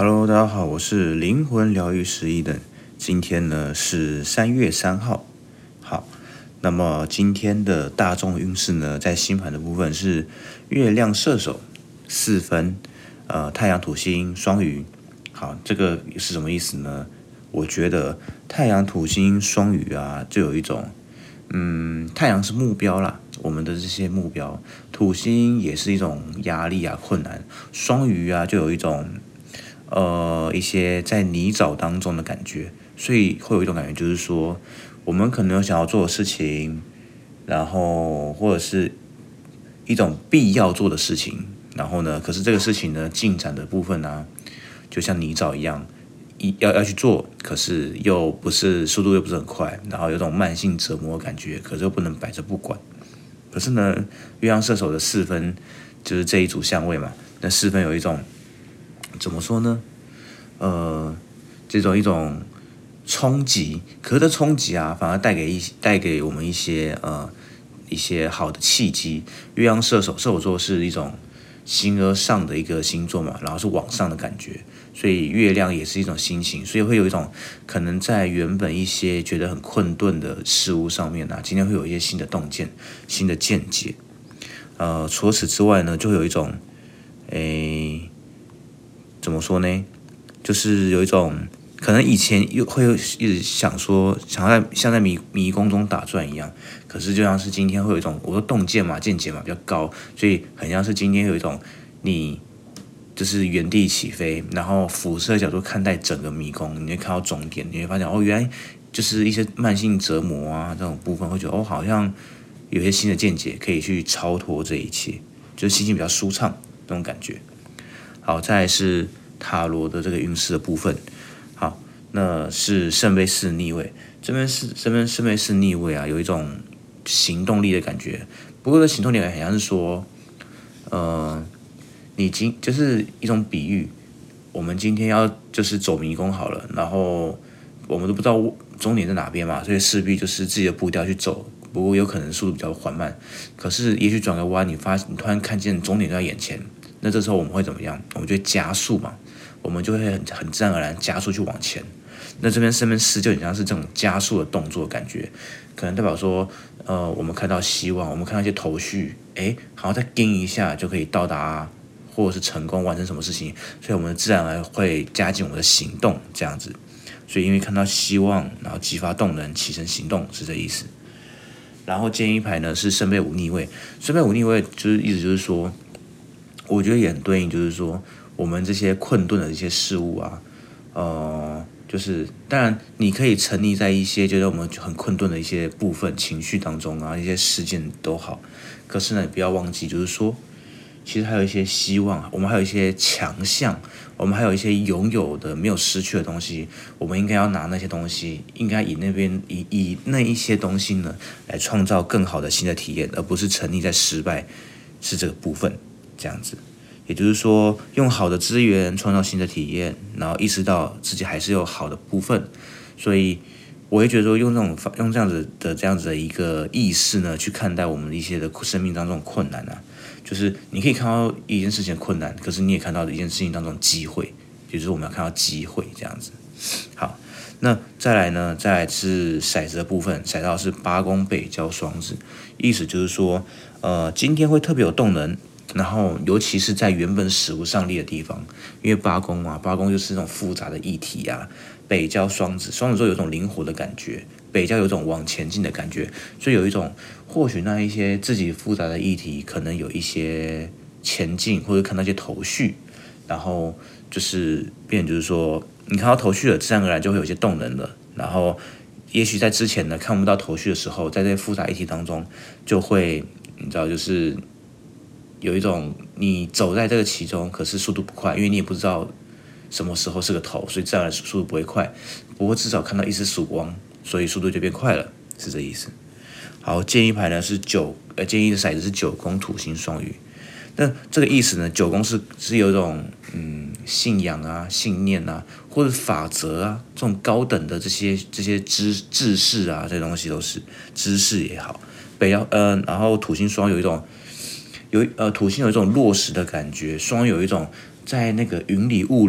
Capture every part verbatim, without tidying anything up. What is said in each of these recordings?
Hello， 大家好，我是灵魂疗愈师一等。今天呢是三月三号。好，那么今天的大众运势呢，在星盘的部分是月亮射手四分，呃，太阳土星双鱼。好，这个是什么意思呢？我觉得太阳土星双鱼啊，就有一种，嗯，太阳是目标啦，我们的这些目标，土星也是一种压力啊、困难，双鱼啊，就有一种。呃，一些在泥沼当中的感觉，所以会有一种感觉，就是说，我们可能有想要做的事情，然后或者是一种必要做的事情，然后呢，可是这个事情呢，进展的部分呢、啊，就像泥沼一样，要要去做，可是又不是速度又不是很快，然后有种慢性折磨的感觉，可是又不能摆着不管。可是呢，月亮射手的四分就是这一组相位嘛，那四分有一种。怎么说呢？呃，这种一种冲击，可是这冲击啊，反而带给一带给我们一些呃一些好的契机。月亮射手，射手座是一种形而上的一个星座嘛，然后是往上的感觉，所以月亮也是一种心情，所以会有一种可能在原本一些觉得很困顿的事物上面啊，今天会有一些新的洞见、新的见解。呃，除此之外呢，就会有一种诶。怎么说呢？就是有一种可能以前又会一直想说，想要在像在迷迷宫中打转一样，可是就像是今天会有一种，我说洞见嘛、见解嘛比较高，所以很像是今天有一种你就是原地起飞，然后辐射角度看待整个迷宫，你会看到终点，你会发现哦，原来就是一些慢性折磨啊这种部分，会觉得哦，好像有些新的见解可以去超脱这一切，就是心情比较舒畅那种感觉。好，再来是塔罗的这个运势的部分。好，那是圣杯四逆位，这边是这边圣杯四逆位啊，有一种行动力的感觉。不过这行动力好像是说，呃，你今就是一种比喻，我们今天要就是走迷宫好了，然后我们都不知道终点在哪边嘛，所以势必就是自己的步调去走。不过有可能速度比较缓慢，可是也许转个弯，你发你突然看见终点就在眼前。那这时候我们会怎么样？我们就会加速嘛，我们就会很很自然而然加速去往前。那这边圣杯四就很像是这种加速的动作感觉，可能代表说，呃，我们看到希望，我们看到一些头绪，哎，好像再跟一下就可以到达，或者是成功完成什么事情，所以我们自然而然会加紧我们的行动，这样子。所以因为看到希望，然后激发动能，起身行动是这意思。然后建议牌呢是圣杯五逆位，圣杯五逆位就是意思就是说。我觉得也很对应，就是说我们这些困顿的一些事物啊，呃，就是当然你可以沉溺在一些觉得我们很困顿的一些部分情绪当中啊，一些事件都好，可是呢，你不要忘记，就是说，其实还有一些希望，我们还有一些强项，我们还有一些拥有的没有失去的东西，我们应该要拿那些东西，应该以那边以以那一些东西呢，来创造更好的新的体验，而不是沉溺在失败，是这个部分。这样子，也就是说，用好的资源创造新的体验，然后意识到自己还是有好的部分，所以我会觉得说，用这种用这样子的这样子的一个意识呢，去看待我们一些的生命当中的困难啊，就是你可以看到一件事情的困难，可是你也看到一件事情当中的机会，也就是我们要看到机会这样子。好，那再来呢，再来是骰子的部分，骰到是八宫北交双子，意思就是说，呃，今天会特别有动能。然后，尤其是在原本使无上力的地方，因为八宫啊，八宫就是那种复杂的议题啊。北交双子，双子座有一种灵活的感觉，北交有一种往前进的感觉，所以有一种或许那一些自己复杂的议题，可能有一些前进，或者看到一些头绪，然后就是变，就是说你看到头绪了，自然而然就会有一些动能了。然后，也许在之前呢看不到头绪的时候，在这些复杂议题当中，就会你知道就是。有一种你走在这个其中，可是速度不快，因为你也不知道什么时候是个头，所以自然速度不会快。不过至少看到一丝曙光，所以速度就变快了，是这意思。好，建议牌呢是九，呃，建议的骰子是九宫土星双鱼。那这个意思呢，九宫是是有一种嗯信仰啊、信念啊，或者法则啊，这种高等的这些这些知知识啊，这些东西都是知识也好。北要呃，然后土星双有一种。有呃土星有一种落实的感觉，双有一种在那个云里雾里，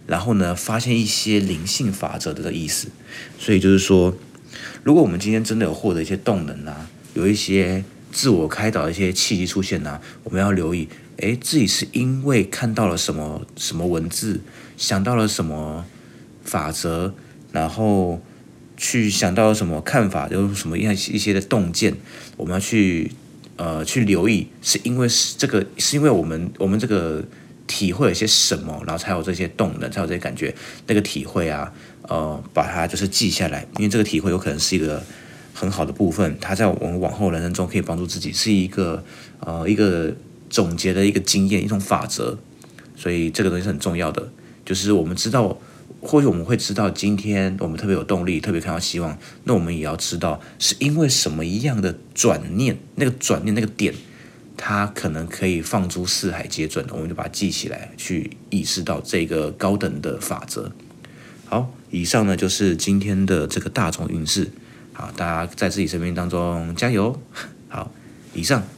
然后呢，发现一些灵性法则的意思。所以就是说，如果我们今天真的有获得一些动能啊，有一些自我开导的一些契机出现啊，我们要留意，诶，自己是因为看到了什么什么文字，想到了什么法则，然后去想到了什么看法，有什么样一些的洞见，我们要去呃去留意，是因为是这个，是因为我们我们这个体会了些什么，然后才有这些动能，才有这些感觉，那个体会啊，呃，把它就是记下来，因为这个体会有可能是一个很好的部分，它在我们往后人生中可以帮助自己，是一个呃一个总结的一个经验，一种法则，所以这个东西是很重要的，就是我们知道。或许我们会知道，今天我们特别有动力，特别看到希望。那我们也要知道，是因为什么一样的转念，那个转念那个点，它可能可以放诸四海皆准。我们就把它记起来，去意识到这个高等的法则。好，以上呢就是今天的这个大众运势。好，大家在自己生命当中加油。好，以上。